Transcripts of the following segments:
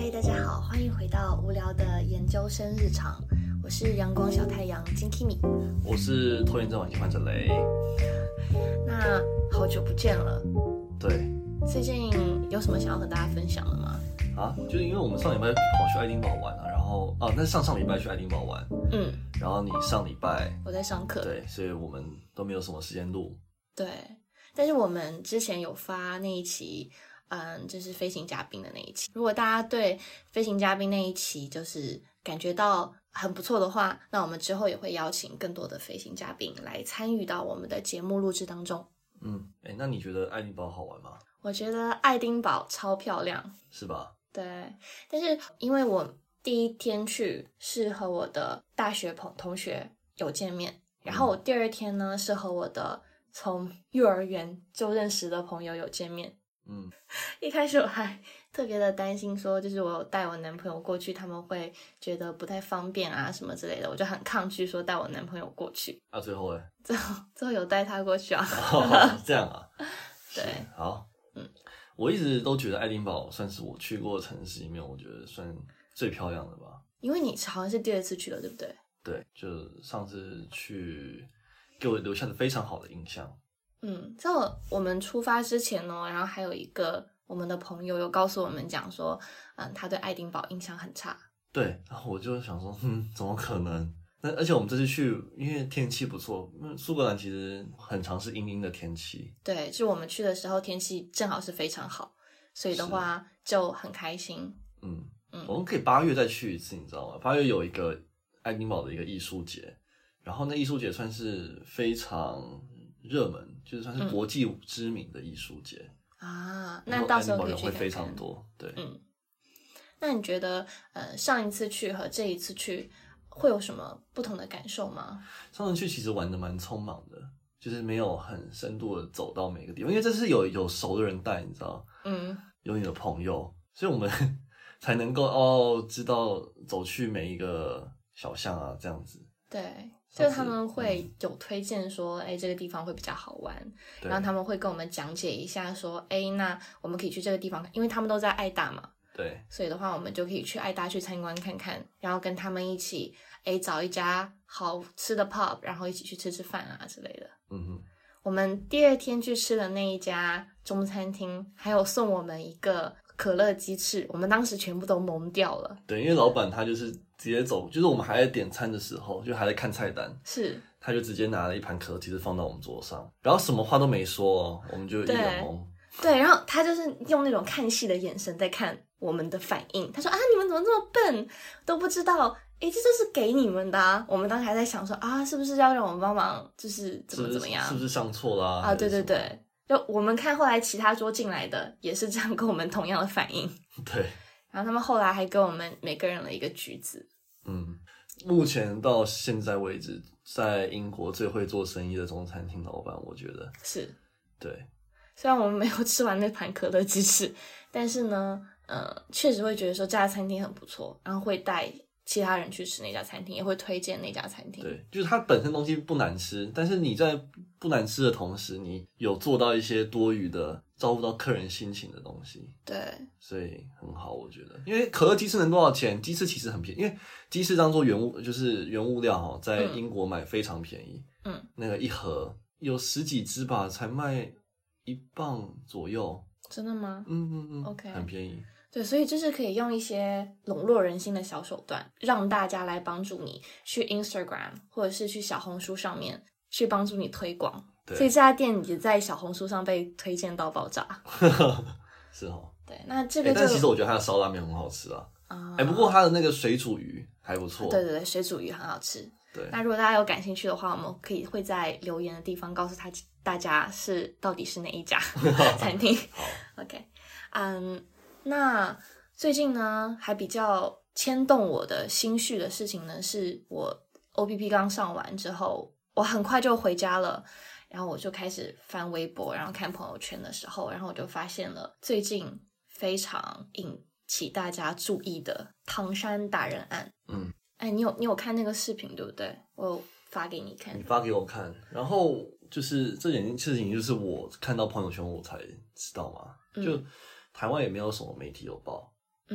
嗨，大家好，欢迎回到无聊的研究生日常。我是阳光小太阳金 Kimi， 我是拖延症晚期患者雷。 那好久不见了， 对， 最近有什么想要和大家分享的吗？ 就是因为我们上礼拜跑去爱丁堡玩啊，然后那上礼拜去爱丁堡玩，然后你上礼拜我在上课， 对，所以我们都没有什么时间录。 对，但是我们之前有发那一期。就是飞行嘉宾的那一期。如果大家对飞行嘉宾那一期就是感觉到很不错的话，那我们之后也会邀请更多的飞行嘉宾来参与到我们的节目录制当中。 那你觉得爱丁堡好玩吗？ 我觉得爱丁堡超漂亮， 是吧？ 对，但是因为我第一天去是和我的大学同学有见面，然后我第二天呢是和我的从幼儿园就认识的朋友有见面。一开始我还特别的担心说，就是我带我男朋友过去他们会觉得不太方便啊什么之类的，我就很抗拒说带我男朋友过去。 最后呢？ 最后有带他过去啊。 这样啊。 对， 好。我一直都觉得爱丁堡算是我去过的城市里面我觉得算最漂亮的吧。 因为你好像是第二次去了对不对？ 对，就上次去给我留下了非常好的印象。 在我们出发之前呢，然后还有一个我们的朋友有告诉我们讲说，他对爱丁堡印象很差。 对，然后我就想说，怎么可能？而且我们这次去，因为天气不错，苏格兰其实很常是阴阴的天气。 对，就我们去的时候天气正好是非常好，所以的话就很开心。 我们可以8月再去一次，你知道吗？8月有一个爱丁堡的一个艺术节，然后那艺术节算是非常热门，就是算是国际知名的艺术节那到时候可以去看看。 爱丁堡人会非常多，对。 那你觉得上一次去和这一次去会有什么不同的感受吗？ 上次去其实玩得蛮匆忙的，就是没有很深度的走到每个地方，因为这是有熟的人带，你知道，有你的朋友，所以我们才能够知道走去每一个小巷啊这样子。 对，就是他们会有推荐说这个地方会比较好玩，然后他们会跟我们讲解一下说那我们可以去这个地方，因为他们都在爱大嘛， 对， 所以的话我们就可以去爱大去参观看看，然后跟他们一起找一家好吃的 pub， 然后一起去吃饭啊之类的。我们第二天去吃的那一家中餐厅还有送我们一个可乐鸡翅，我们当时全部都懵掉了。 对，因为老板他就是直接走，就是我们还在点餐的时候，就还在看菜单，他就直接拿了一盘可乐鸡翅放到我们桌上，然后什么话都没说我们就一脸懵。 对，然后他就是用那种看戏的眼神在看我们的反应，他说你们怎么这么笨，都不知道这就是给你们的我们当时还在想说是不是要让我们帮忙，就是怎么样， 是不是上错啦对对对，就我们看后来其他桌进来的也是这样跟我们同样的反应。 对， 然后他们后来还给我们每个人了一个橘子。 目前到现在为止在英国最会做生意的中餐厅老板，我觉得是。 对， 虽然我们没有吃完那盘可乐鸡翅，但是呢确实会觉得说这家餐厅很不错，然后会带其他人去吃那家餐厅，也会推荐那家餐厅。 对，就是它本身东西不难吃，但是你在不难吃的同时，你有做到一些多余的照顾到客人心情的东西。 对， 所以很好，我觉得。因为可乐鸡翅能多少钱？鸡翅其实很便宜，因为鸡翅当做原物料在英国买非常便宜。那个一盒有10几只吧，才卖1磅左右。 真的吗？OK， 很便宜。 对，所以就是可以用一些笼络人心的小手段，让大家来帮助你去 Instagram 或者是去小红书上面去帮助你推广。所以这家店也在小红书上被推荐到爆炸。 是哦。 对，那这个但其实我觉得它的烧拉面很好吃不过它的那个水煮鱼还不错。 对对对，水煮鱼很好吃。 对， 那如果大家有感兴趣的话，我们会在留言的地方告诉大家到底是哪一家餐厅。OK， 那最近呢还比较牵动我的心绪的事情呢，是我 OPP 刚上完之后，我很快就回家了，然后我就开始翻微博，然后看朋友圈的时候，然后我就发现了最近非常引起大家注意的唐山打人案。你有看那个视频对不对？我有发给你看。 你发给我看，然后就是这件事情就是我看到朋友圈我才知道嘛，就台湾也没有什么媒体有报。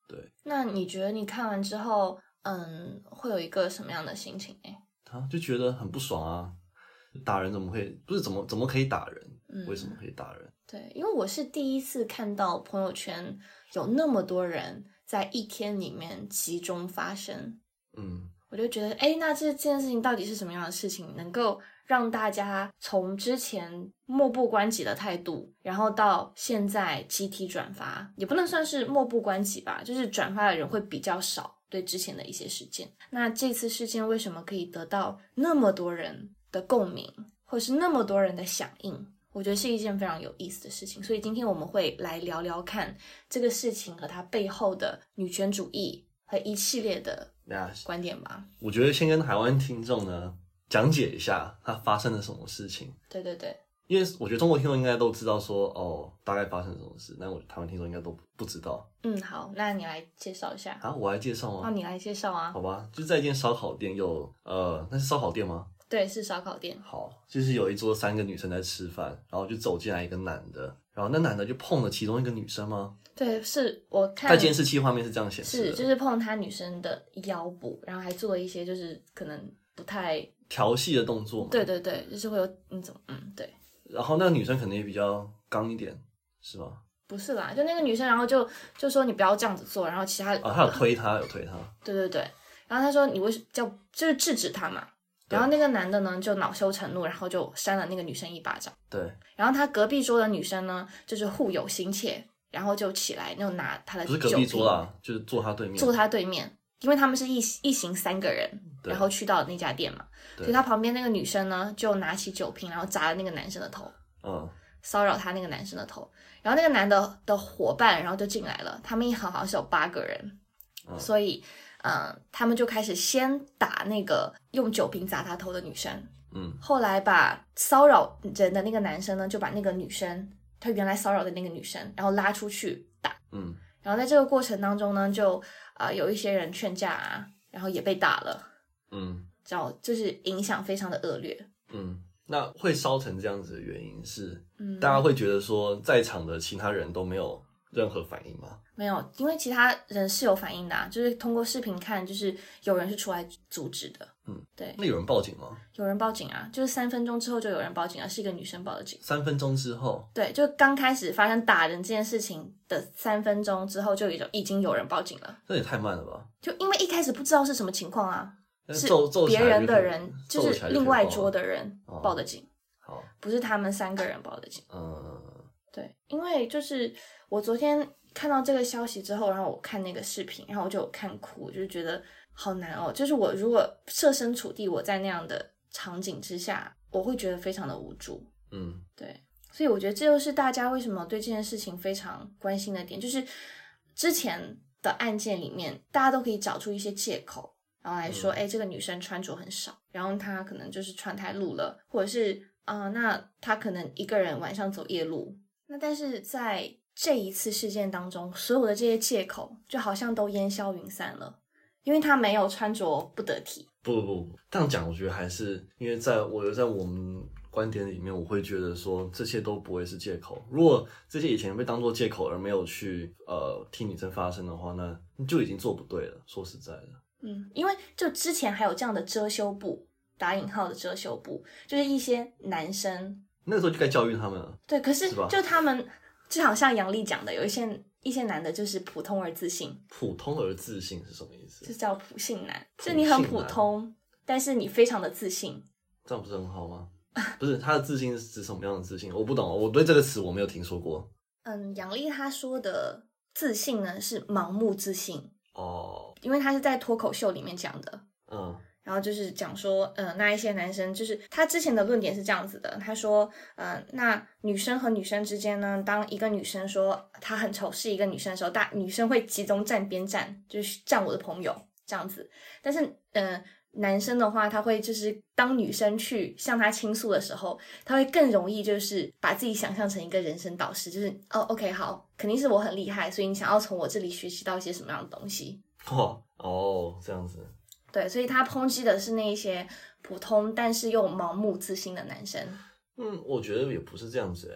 对， 那你觉得你看完之后，会有一个什么样的心情呢？ 就觉得很不爽啊！打人怎么会不是怎么可以打人？为什么可以打人？ 对，因为我是第一次看到朋友圈有那么多人在一天里面集中发生，我就觉得，那这件事情到底是什么样的事情，能够让大家从之前漠不关己的态度，然后到现在集体转发，也不能算是漠不关己吧，就是转发的人会比较少，对之前的一些事件。那这次事件为什么可以得到那么多人的共鸣，或是那么多人的响应？我觉得是一件非常有意思的事情，所以今天我们会来聊聊看这个事情和它背后的女权主义和一系列的观点吧。 我觉得先跟台湾听众呢讲解一下它发生了什么事情。 对对对， 因为我觉得中国听众应该都知道说大概发生了什么事，但我台湾听众应该都不知道。 好，那你来介绍一下。 我来介绍吗？ 你来介绍啊。 好吧，就在一间烧烤店那是烧烤店吗？ 对，是烧烤店。 好，就是有一桌3个女生在吃饭，然后就走进来一个男的，然后那男的就碰了其中一个女生吗？ 对，是我看在监视器画面是这样显示的， 就是碰他女生的腰部，然后还做了一些就是可能不太调戏的动作嘛。 对对对，就是会有对。 然后那个女生可能也比较刚一点，是吗？ 不是啦，就那个女生，然后就说你不要这样子做，然后其他他有推他，对对对，然后他说你为什就是制止他嘛。然后那个男的呢就恼羞成怒，然后就扇了那个女生一巴掌。 对。 然后他隔壁桌的女生呢，就是互有心切，然后就起来，就拿他的酒瓶。 不是隔壁桌啦，就是坐他对面。 坐他对面，因为他们是一行3个人，然后去到那家店嘛。所以他旁边那个女生呢，就拿起酒瓶，然后砸了那个男生的头。骚扰他那个男生的头。然后那个男的伙伴，然后就进来了。他们一行好像是有8个人，所以。他们就开始先打那个用酒瓶砸他头的女生，后来把骚扰人的那个男生呢，就把那个女生，他原来骚扰的那个女生，然后拉出去打，然后在这个过程当中呢，就有一些人劝架啊，然后也被打了，这样就是影响非常的恶劣， 那会烧成这样子的原因是，大家会觉得说，在场的其他人都没有任何反应吗？ 没有，因为其他人是有反应的就是通过视频看，就是有人是出来阻止的。对。 那有人报警吗？ 有人报警啊，就是3分钟之后就有人报警了，是一个女生报的警。 3分钟之后？对， 就刚开始发生打人这件事情的3分钟之后，就已经有人报警了。 这也太慢了吧？ 就因为一开始不知道是什么情况啊，是别人的人，就是另外桌的人报的警，不是他们3个人报的警。对，因为就是我昨天看到这个消息之后，然后我看那个视频，然后我就有看哭，就是觉得好难哦。就是我如果设身处地，我在那样的场景之下，我会觉得非常的无助。对，所以我觉得这就是大家为什么对这件事情非常关心的点，就是之前的案件里面，大家都可以找出一些借口，然后来说，这个女生穿着很少，然后她可能就是穿太露了，或者是那她可能一个人晚上走夜路。那但是在这一次事件当中，所有的这些借口就好像都烟消云散了，因为他没有穿着不得体。 不，这样讲我觉得还是因为在我们观点里面，我会觉得说这些都不会是借口。如果这些以前被当作借口而没有去替女生发声的话，那就已经做不对了。说实在的， 因为就之前还有这样的遮羞布，打引号的遮羞布，就是一些男生。 那个时候就该教育他们了。 对，可是就他们就好像杨丽讲的，有一些男的就是普通而自信。 普通而自信是什么意思？ 就叫普信男，就你很普通，但是你非常的自信。 这样不是很好吗？不是，他的自信是指什么样的自信？我不懂，我对这个词我没有听说过。 杨丽她说的自信呢是盲目自信因为她是在脱口秀里面讲的。然后就是讲说，那一些男生就是他之前的论点是这样子的，他说，那女生和女生之间呢，当一个女生说她很丑是一个女生的时候，女生会集中站边站，就是站我的朋友这样子。但是，男生的话，他会就是当女生去向他倾诉的时候，他会更容易就是把自己想象成一个人生导师，就是OK 好，肯定是我很厉害，所以你想要从我这里学习到一些什么样的东西。 这样子。 对，所以他抨击的是那一些普通但是又盲目自信的男生。 我觉得也不是这样子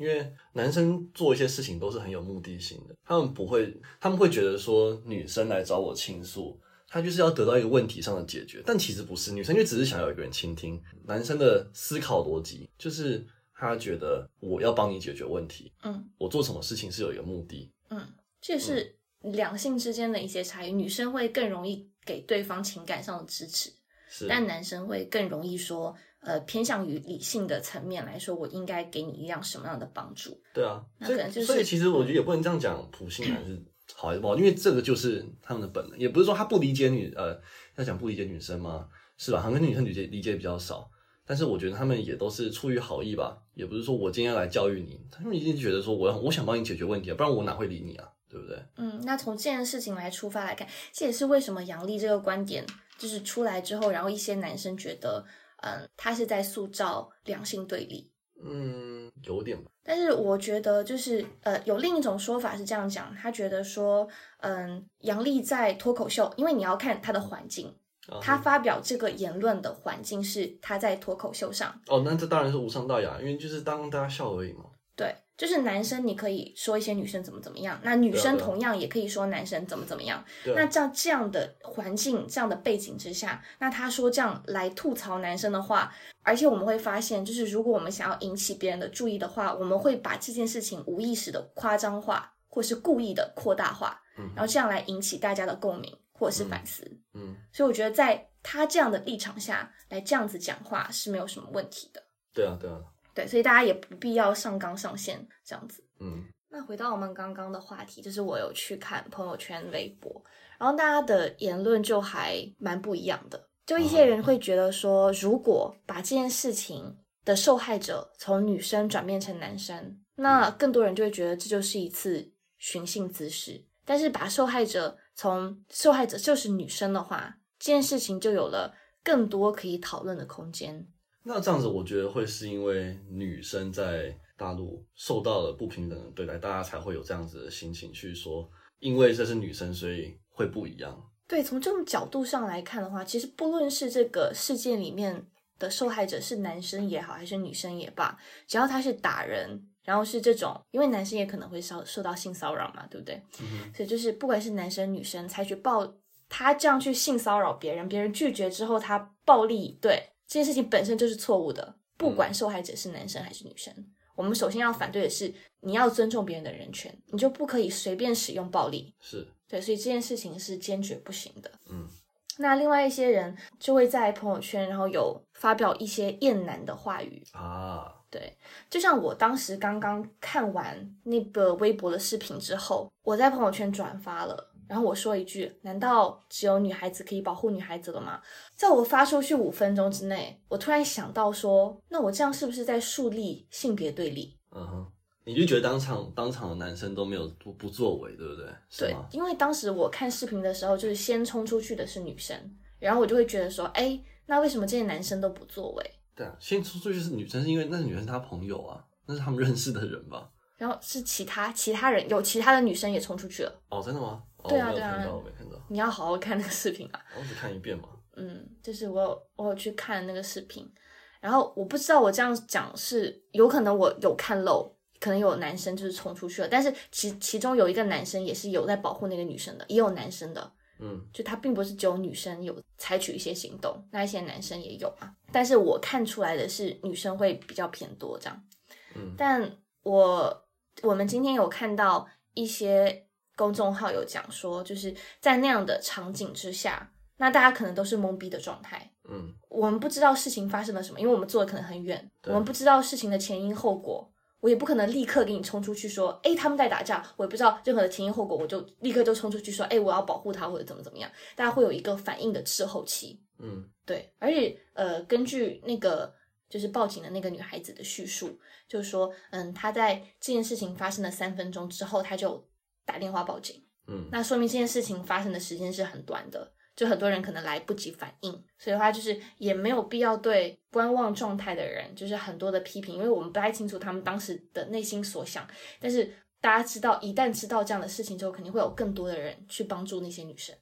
因为男生做一些事情都是很有目的性的，他们会觉得说女生来找我倾诉，他就是要得到一个问题上的解决，但其实不是，女生就只是想要有一个人倾听。男生的思考逻辑就是他觉得我要帮你解决问题，我做什么事情是有一个目的， 这是两性之间的一些差异。女生会更容易给对方情感上的支持，但男生会更容易说偏向于理性的层面来说，我应该给你一样什么样的帮助。 对啊， 那可能就是所以其实我觉得也不能这样讲普信男是好还是不好，因为这个就是他们的本能，也不是说他不理解要讲不理解女生吗？是吧？他们跟女生理解比较少，但是我觉得他们也都是出于好意吧，也不是说我今天要来教育你，他们一定觉得说我想帮你解决问题啊，不然我哪会理你啊，对不对？ 那从这件事情来出发来看，这也是为什么杨笠这个观点就是出来之后，然后一些男生觉得他是在塑造两性对立。 有点吧。 但是我觉得就是有另一种说法是这样讲，他觉得说杨笠在脱口秀，因为你要看他的环境，他发表这个言论的环境是他在脱口秀上。 那这当然是无伤大雅，因为就是当大家笑而已嘛。 对，就是男生你可以说一些女生怎么样，那女生同样也可以说男生怎么样。那这样的环境这样的背景之下，那他说这样来吐槽男生的话，而且我们会发现就是如果我们想要引起别人的注意的话，我们会把这件事情无意识的夸张化或是故意的扩大化，然后这样来引起大家的共鸣或者是反思。所以我觉得在他这样的立场下来这样子讲话是没有什么问题的。对，所以大家也不必要上纲上线这样子。那回到我们刚刚的话题，就是我有去看朋友圈、微博，然后大家的言论就还蛮不一样的。就一些人会觉得说，如果把这件事情的受害者从女生转变成男生，那更多人就会觉得这就是一次寻衅滋事。但是把受害者就是女生的话，这件事情就有了更多可以讨论的空间。 那这样子我觉得会是因为女生在大陆受到了不平等的对待，大家才会有这样子的心情去说，因为这是女生所以会不一样。 对，从这种角度上来看的话，其实不论是这个事件里面的受害者是男生也好还是女生也罢，只要他是打人，然后是这种，因为男生也可能会受到性骚扰嘛，对不对？所以就是不管是男生女生采取他这样去性骚扰别人，别人拒绝之后他暴力，对，这件事情本身就是错误的，不管受害者是男生还是女生。我们首先要反对的是你要尊重别人的人权，你就不可以随便使用暴力。 是， 对，所以这件事情是坚决不行的。那另外一些人就会在朋友圈然后有发表一些厌男的话语啊。对，就像我当时刚刚看完那个微博的视频之后，我在朋友圈转发了，然后我说一句，难道只有女孩子可以保护女孩子了吗？在我发出去5分钟之内，我突然想到说，那我这样是不是在树立性别对立？ 你就觉得当场的男生都没有不作为，对不对？ 对，因为当时我看视频的时候，就是先冲出去的是女生，然后我就会觉得说，那为什么这些男生都不作为？ 对啊，先冲出去是女生，是因为那是女生是他朋友啊，那是他们认识的人吧。 然后是其他人，有其他的女生也冲出去了。 真的吗？ 对啊， 我没看到。 你要好好看那个视频啊。 我只看一遍嘛。 就是我有去看那个视频，然后我不知道我这样讲是有可能我有看漏，可能有男生就是冲出去了，但是其中有一个男生也是有在保护那个女生的，也有男生的。就他并不是只有女生有采取一些行动，那一些男生也有嘛。但是我看出来的是女生会比较偏多这样。但我们今天有看到一些公众号有讲说，就是在那样的场景之下，那大家可能都是懵逼的状态。我们不知道事情发生了什么，因为我们坐的可能很远，我们不知道事情的前因后果。我也不可能立刻给你冲出去说，他们在打架，我也不知道任何的前因后果，我就立刻就冲出去说，我要保护他或者怎么样。大家会有一个反应的滞后期。对，而且根据那个就是报警的那个女孩子的叙述，就是说她在这件事情发生了3分钟之后，她就打电话报警。那说明这件事情发生的时间是很短的，就很多人可能来不及反应，所以的话就是也没有必要对观望状态的人就是很多的批评，因为我们不太清楚他们当时的内心所想。但是大家知道，一旦知道这样的事情之后，肯定会有更多的人去帮助那些女生。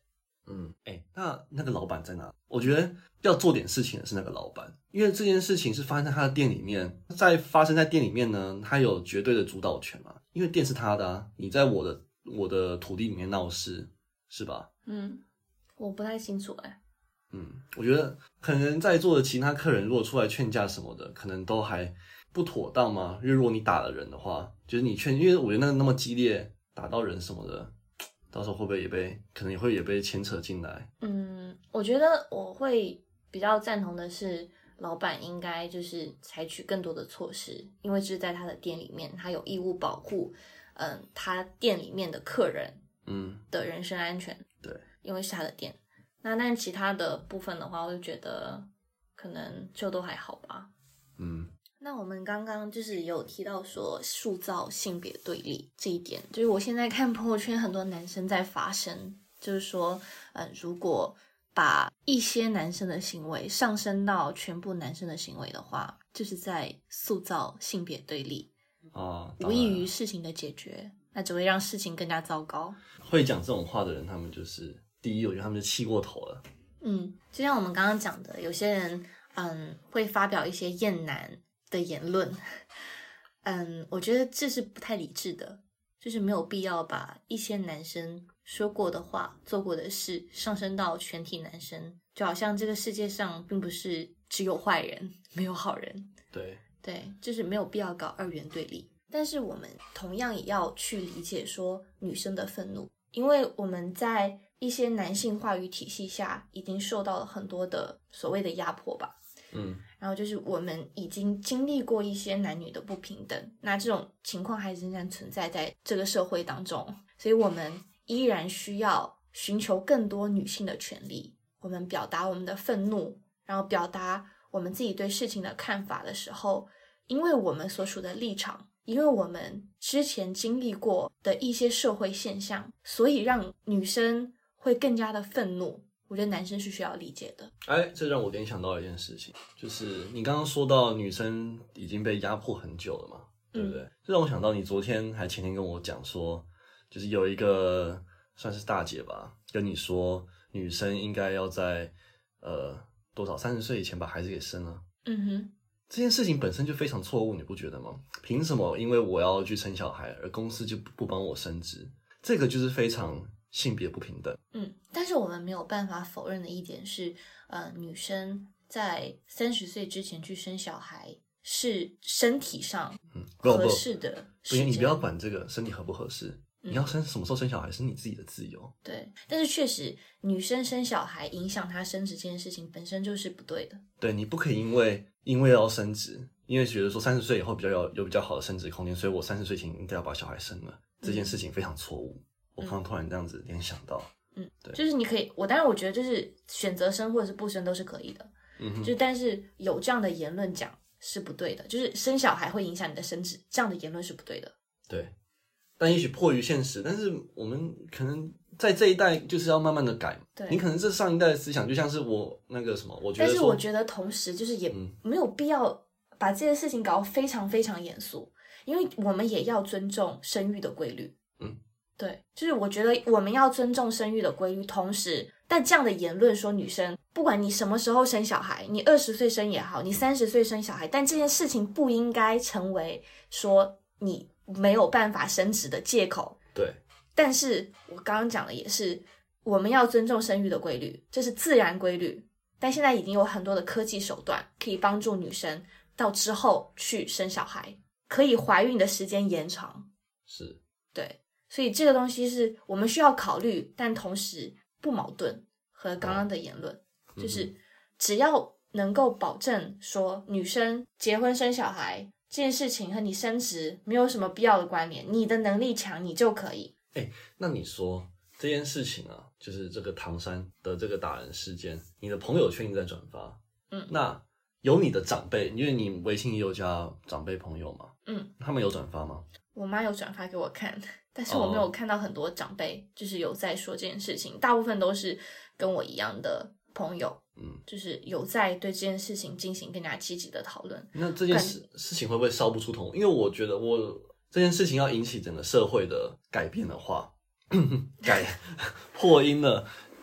那个老板在哪？我觉得要做点事情的是那个老板，因为这件事情是发生在他的店里面，发生在店里面呢，他有绝对的主导权嘛，因为店是他的啊，你在我的土地里面闹事，是吧？ 我不太清楚我觉得可能在座的其他客人如果出来劝架什么的，可能都还不妥当嘛，因为如果你打了人的话，就是你因为我觉得那么激烈，打到人什么的，到时候会不会可能也被牵扯进来？ 我觉得我会比较赞同的是，老板应该就是采取更多的措施，因为这是在他的店里面，他有义务保护，他店里面的客人，的人身安全。 对， 因为是他的店。但其他的部分的话，我就觉得可能就都还好吧。那我们刚刚就是有提到说塑造性别对立这一点，就是我现在看朋友圈很多男生在发声，就是说，如果把一些男生的行为上升到全部男生的行为的话，就是在塑造性别对立无异于事情的解决，那只会让事情更加糟糕。 会讲这种话的人，他们就是第一，我觉得他们就气过头了。 就像我们刚刚讲的，有些人会发表一些厌男的言论，我觉得这是不太理智的，就是没有必要把一些男生说过的话、做过的事上升到全体男生，就好像这个世界上并不是只有坏人，没有好人。对，就是没有必要搞二元对立。但是我们同样也要去理解说女生的愤怒，因为我们在一些男性话语体系下已经受到了很多的所谓的压迫吧。然后就是我们已经经历过一些男女的不平等，那这种情况还仍然存在在这个社会当中，所以我们依然需要寻求更多女性的权利。我们表达我们的愤怒，然后表达我们自己对事情的看法的时候，因为我们所处的立场，因为我们之前经历过的一些社会现象，所以让女生会更加的愤怒。我觉得男生是需要理解的。 这让我联想到一件事情，就是你刚刚说到女生已经被压迫很久了嘛，对不对？这让我想到你昨天还前天跟我讲说，就是有一个算是大姐吧，跟你说女生应该要在多少30岁以前把孩子给生了。这件事情本身就非常错误，你不觉得吗？凭什么因为我要去生小孩，而公司就不帮我生殖？这个就是非常性别不平等。 但是我们没有办法否认的一点是，女生在30岁之前去生小孩是身体上合适的时间。 你不要管这个身体合不合适，你要什么时候生小孩是你自己的自由。 对，但是确实女生生小孩影响她生殖这件事情本身就是不对的。 对，你不可以因为要生殖，因为觉得说30岁以后有比较好的生殖空间，所以我30岁前应该要把小孩生了，这件事情非常错误。我刚刚突然这样子联想到，对， 就是你可以，当然我觉得就是选择生或者是不生都是可以的，但是有这样的言论讲是不对的，就是生小孩会影响你的生殖，这样的言论是不对的。 对，但也许迫于现实，但是我们可能在这一代就是要慢慢的改。 对， 你可能是上一代的思想，就像是我那个什么，我觉得但是我觉得同时就是也没有必要把这件事情搞得非常非常严肃，因为我们也要尊重生育的规律。对，就是我觉得我们要尊重生育的规律，同时，但这样的言论说女生不管你什么时候生小孩，你20岁生也好，你30岁生小孩，但这件事情不应该成为说你没有办法生殖的借口。 对， 但是我刚刚讲的也是，我们要尊重生育的规律，这是自然规律。但现在已经有很多的科技手段可以帮助女生到之后去生小孩，可以怀孕的时间延长。 是， 对。所以这个东西是我们需要考虑，但同时不矛盾和刚刚的言论，就是只要能够保证说女生结婚生小孩这件事情和你生殖没有什么必要的关联，你的能力强你就可以。 那你说这件事情啊，就是这个唐山的这个打人事件，你的朋友圈你在转发，那有你的长辈，因为你微信也有加长辈朋友嘛，他们有转发吗？ 我妈有转发给我看，但是我没有看到很多长辈就是有在说这件事情，大部分都是跟我一样的朋友，就是有在对这件事情进行更加积极的讨论。 那这件事情会不会烧不出头？因为我觉得这件事情要引起整个社会的改变的话，破音了，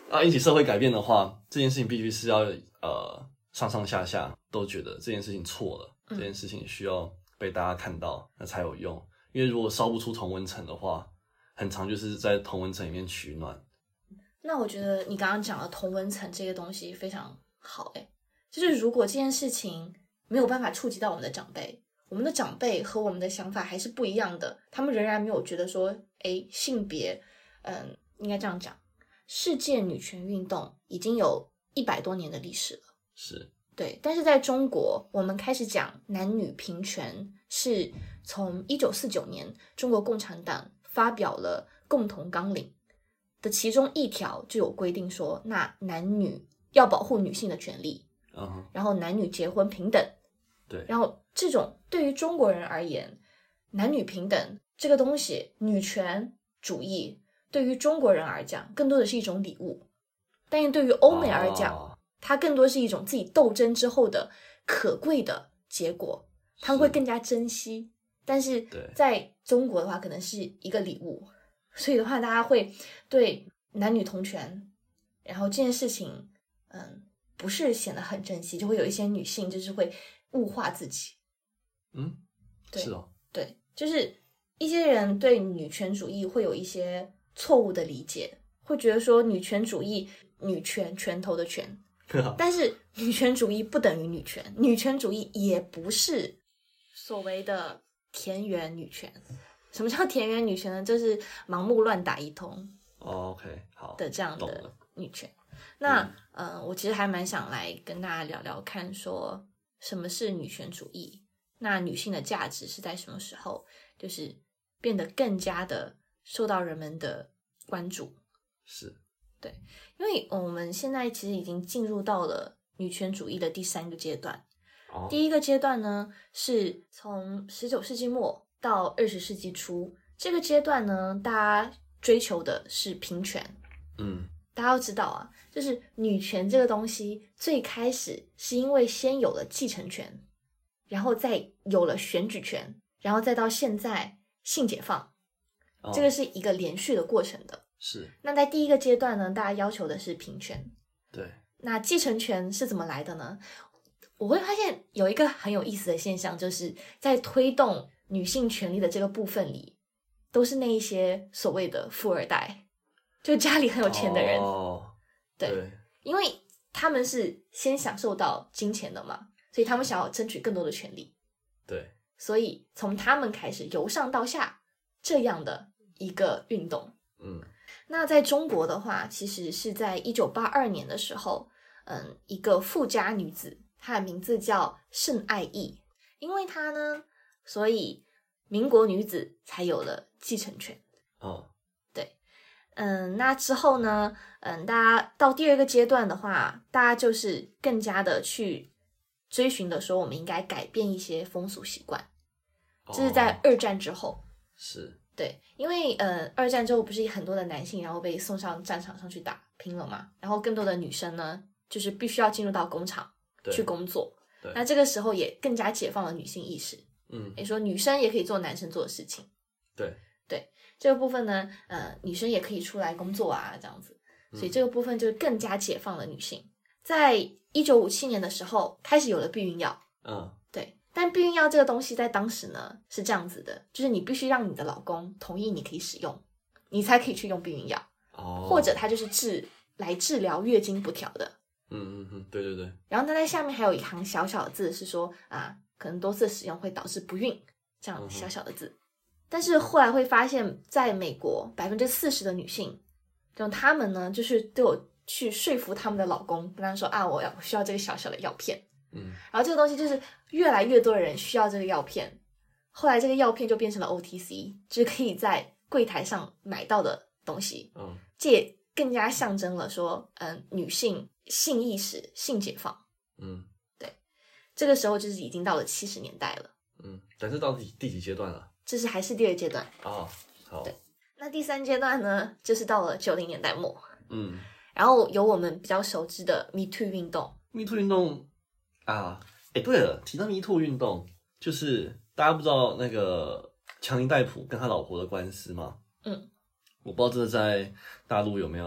引起社会改变的话，这件事情必须是要上上下下都觉得这件事情错了，这件事情需要被大家看到，那才有用。因为如果烧不出同温层的话，很常就是在同温层里面取暖。 那我觉得你刚刚讲的同温层这个东西非常好就是如果这件事情没有办法触及到我们的长辈，我们的长辈和我们的想法还是不一样的，他们仍然没有觉得说性别应该这样讲，世界女权运动已经有100多年的历史了， 是对。但是在中国，我们开始讲男女平权是从1949年中国共产党发表了共同纲领的其中一条就有规定说，那男女要保护女性的权利，然后男女结婚平等， 对。 然后这种对于中国人而言，男女平等这个东西，女权主义对于中国人而讲更多的是一种礼物，但是对于欧美而讲，它更多是一种自己斗争之后的可贵的结果，他们会更加珍惜。但是在中国的话可能是一个礼物，所以的话大家会对男女同权然后这件事情不是显得很珍惜，就会有一些女性就是会物化自己。对， 是哦， 对，就是一些人对女权主义会有一些错误的理解，会觉得说女权主义，女权拳头的拳但是女权主义不等于女权，女权主义也不是所谓的田园女权。什么叫田园女权呢？就是盲目乱打一通 OK 好的这样的女权。那我其实还蛮想来跟大家聊聊看，说什么是女权主义，那女性的价值是在什么时候就是变得更加的受到人们的关注。 是对，因为我们现在其实已经进入到了女权主义的第3个阶段。第一个阶段呢，是从19世纪末到20世纪初，这个阶段呢，大家追求的是平权。大家要知道啊，就是女权这个东西最开始是因为先有了继承权，然后再有了选举权，然后再到现在性解放，这个是一个连续的过程的。 是。 那在第一个阶段呢，大家要求的是平权。 对。 那继承权是怎么来的呢？我会发现有一个很有意思的现象，就是在推动女性权利的这个部分里，都是那一些所谓的富二代，就家里很有钱的人。对，因为他们是先享受到金钱的嘛，所以他们想要争取更多的权利。 对， 所以从他们开始由上到下这样的一个运动。那在中国的话，其实是在1982年的时候，一个富家女子，她的名字叫盛爱义，因为她呢，所以民国女子才有了继承权。对，那之后呢，大家到第2个阶段的话，大家就是更加的去追寻的说，我们应该改变一些风俗习惯。这是在2战之后。 是。 对，因为2战之后不是很多的男性然后被送上战场上去打拼了嘛，然后更多的女生呢，就是必须要进入到工厂去工作。那这个时候也更加解放了女性意识。也说女生也可以做男生做的事情。 对， 这个部分呢，女生也可以出来工作啊，这样子，所以这个部分就更加解放了女性。在1957年的时候，开始有了避孕药。对。但避孕药这个东西在当时呢是这样子的，就是你必须让你的老公同意你可以使用，你才可以去用避孕药。或者它就是来治疗月经不调的。 对。 然后它在下面还有一行小小的字是说可能多次使用会导致不孕，这样小小的字。但是后来会发现在美国40%的女性，就她们呢就是都有去说服他们的老公，跟他说我需要这个小小的药片。然后这个东西就是越来越多的人需要这个药片，后来这个药片就变成了 OTC， 就是可以在柜台上买到的东西。这也更加象征了说女性性意识、性解放。对，这个时候就是已经到了70年代了。 但是到第几阶段了？ 这是还是第2阶段。 好。 对，那第3阶段呢，就是到了90年代末。然后有我们比较熟知的 Me Too 运动。 Me Too 运动对了，提到 Me Too 运动，就是大家不知道那个强尼戴普跟他老婆的官司吗？我不知道这在大陆有没有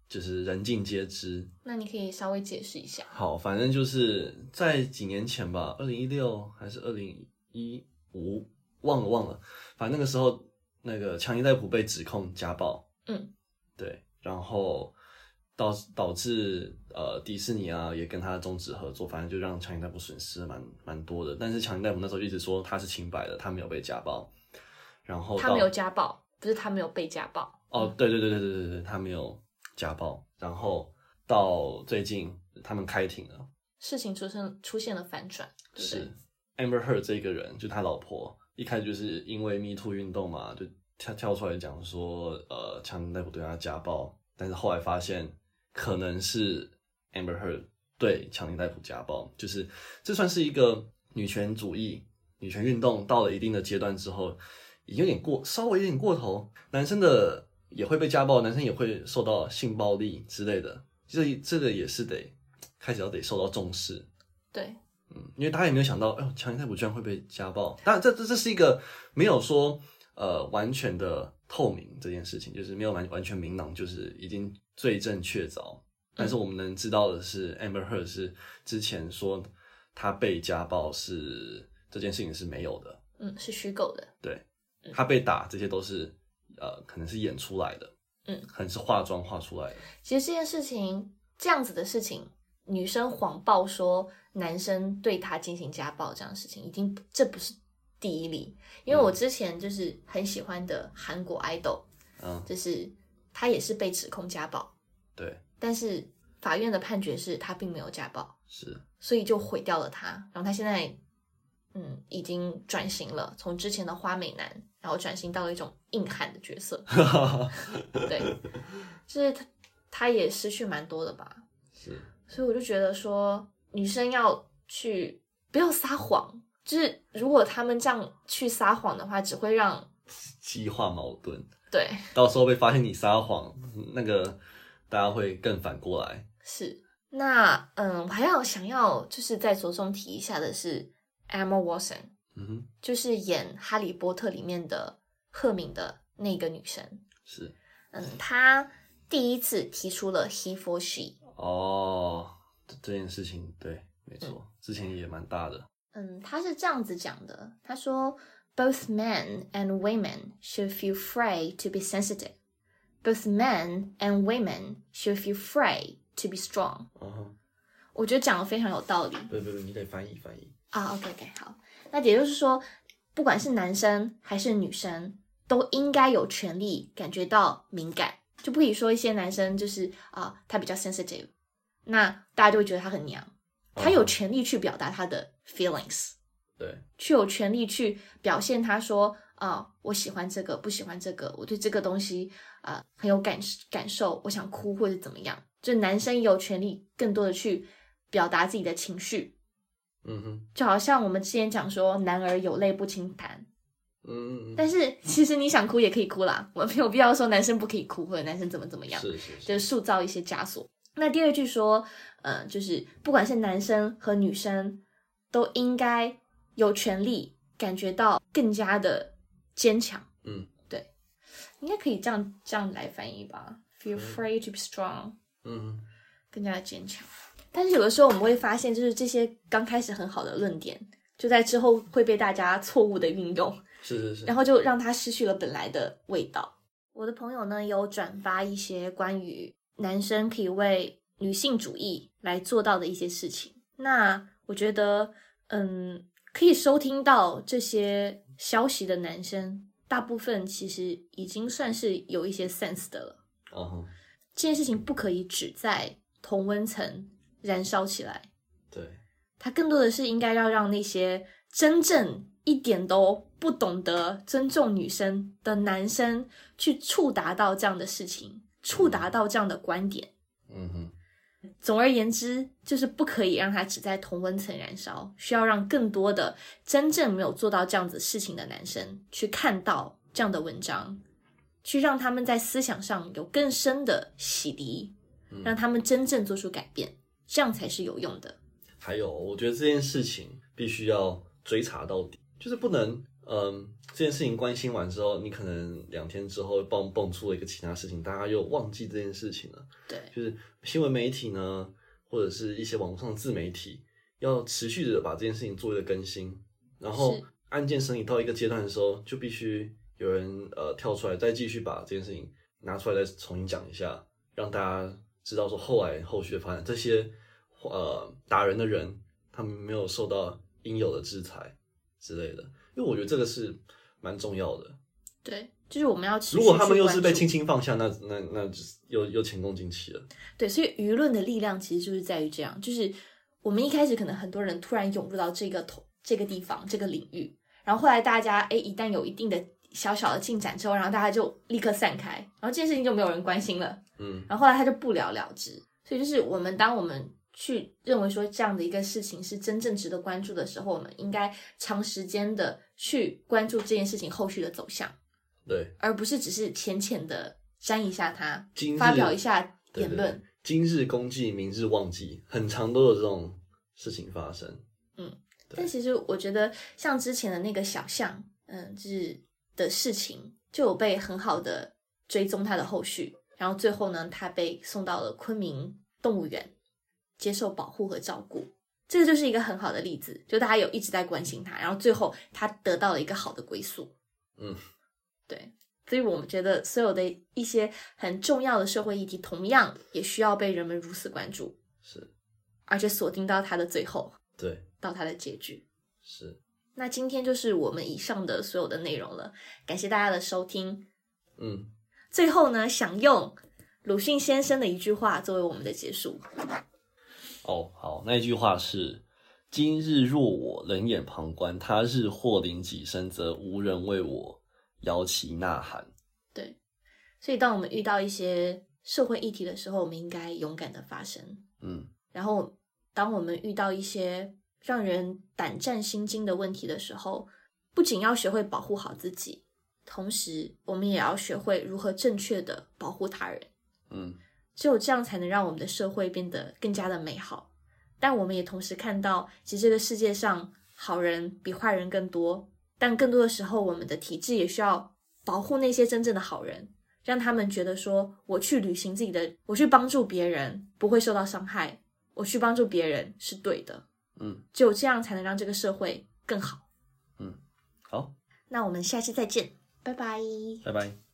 就是人尽皆知。 那你可以稍微解释一下。 好，反正就是在几年前吧，2016还是2015，忘了。反正那个时候，那个强尼戴普被指控家暴，对，然后导致迪士尼啊也跟他终止合作，反正就让强尼戴普损失了蛮多的。但是强尼戴普那时候一直说他是清白的，他没有被家暴。然后他没有家暴，不是他没有被家暴。 哦，对，他没有家暴。然后到最近他们开庭了， 事情出现了反转，对不对？ 是 Amber Heard 这个人，就他老婆，一开始就是因为 Me Too 运动嘛，就跳出来讲说，强尼戴普对他家暴，但是后来发现可能是 Amber Heard 对强尼戴普家暴，就是这算是一个女权主义、女权运动到了一定的阶段之后，稍微有点过头，男生的也会被家暴，男生也会受到性暴力之类的，这个也是开始得受到重视。 对， 因为大家也没有想到，强尼戴普居然会被家暴。当然，这是一个没有说完全的透明这件事情，就是没有完全明朗，就是已经罪证确凿。但是我们能知道的是，Amber Heard 是之前说他被家暴是这件事情是没有的， 是虚构的。 对，他被打这些都是可能是演出来的，可能是化妆画出来的。 其实这件事情这样子的事情，女生谎报说男生对她进行家暴这样的事情，这不是第一例。因为我之前就是很喜欢的韩国 idol，就是他也是被指控家暴， 对，但是法院的判决是他并没有家暴， 是，所以就毁掉了他。然后他现在已经转型了，从之前的花美男，然后转型到了一种硬汉的角色。对，就是他也失去蛮多的吧。 是， 所以我就觉得说，女生要去不要撒谎，就是如果他们这样去撒谎的话，只会让激化矛盾。 对， 到时候被发现你撒谎，那个大家会更反过来。 是，那我还想要就是再着重提一下的是 Emma Watson，就是演《哈利波特》里面的赫敏的那个女生。 是， 她第一次提出了 he for she。 哦，这件事情对，没错，之前也蛮大的。 她是这样子讲的，她说 Both men and women should feel free to be sensitive. Both men and women should feel free to be strong. 我觉得讲得非常有道理。 不，你得翻译啊。OK， 好。那也就是说，不管是男生还是女生，都应该有权利感觉到敏感，就不可以说一些男生就是他比较 sensitive， 那大家就会觉得他很娘。他有权利去表达他的 feelings， 对， 去有权利去表现他说我喜欢这个，不喜欢这个，我对这个东西很有感受，我想哭或者怎么样。就男生也有权利更多的去表达自己的情绪。就好像我们之前讲说男儿有泪不轻弹，但是其实你想哭也可以哭啦，我没有必要说男生不可以哭或者男生怎么样， 是就是塑造一些枷锁。那第二句说就是不管是男生和女生都应该有权利感觉到更加的坚强。对，应该可以这样来翻译吧。Feel free to be strong。更加的坚强。但是有的时候我们会发现，就是这些刚开始很好的论点，就在之后会被大家错误的运用。 是。 然后就让它失去了本来的味道。我的朋友呢有转发一些关于男生可以为女性主义来做到的一些事情。那我觉得可以收听到这些消息的男生，大部分其实已经算是有一些 sense 的了。这件事情不可以只在同温层燃烧起来， 对， 它更多的是应该要让那些真正一点都不懂得尊重女生的男生去触达到这样的事情，触达到这样的观点。总而言之，就是不可以让它只在同温层燃烧，需要让更多的真正没有做到这样子事情的男生去看到这样的文章，去让他们在思想上有更深的洗涤，让他们真正做出改变，这样才是有用的。 还有我觉得这件事情必须要追查到底，就是不能这件事情关心完之后，你可能2天之后蹦出了一个其他事情，大家又忘记这件事情了。 对， 就是新闻媒体呢，或者是一些网络上的自媒体，要持续的把这件事情做一个更新，然后案件审理到一个阶段的时候，就必须有人跳出来，再继续把这件事情拿出来再重新讲一下，让大家知道说后续的发展，这些打人的人他们没有受到应有的制裁之类的，因为我觉得这个是蛮重要的。 对，就是我们要持续如果他们又是被轻轻放下，那就是又前功尽弃了。 对，所以舆论的力量其实就是在于这样，就是我们一开始可能很多人突然涌入到这个地方这个领域，然后后来大家一旦有一定的小小的进展之后，然后大家就立刻散开，然后这件事情就没有人关心了，然后后来他就不了了之。所以就是当我们去认为说这样的一个事情是真正值得关注的时候，我们应该长时间的去关注这件事情后续的走向， 对， 而不是只是浅浅的沾一下它，发表一下言论。 对，今日公祭，明日忘记，很常都有这种事情发生。 但其实我觉得像之前的那个小象就是的事情，就有被很好的追踪它的后续，然后最后呢，它被送到了昆明动物园接受保护和照顾。这个就是一个很好的例子，就大家有一直在关心它，然后最后它得到了一个好的归宿。对，所以我们觉得所有的一些很重要的社会议题同样也需要被人们如此关注， 是， 而且锁定到它的最后， 对， 到它的结局。 是。 那今天就是我们以上的所有的内容了，感谢大家的收听。最后呢，想用鲁迅先生的一句话作为我们的结束。 好，那一句话是：今日若我冷眼旁观，他日祸临己身，则无人为我摇旗呐喊。 对，所以当我们遇到一些社会议题的时候，我们应该勇敢的发声。然后当我们遇到一些让人胆战心惊的问题的时候，不仅要学会保护好自己，同时我们也要学会如何正确的保护他人。只有这样才能让我们的社会变得更加的美好。但我们也同时看到，其实这个世界上好人比坏人更多，但更多的时候我们的体制也需要保护那些真正的好人，让他们觉得说，我去履行自己的，我去帮助别人不会受到伤害，我去帮助别人是对的。只有这样才能让这个社会更好。 好， 那我们下期再见，拜拜。 拜拜。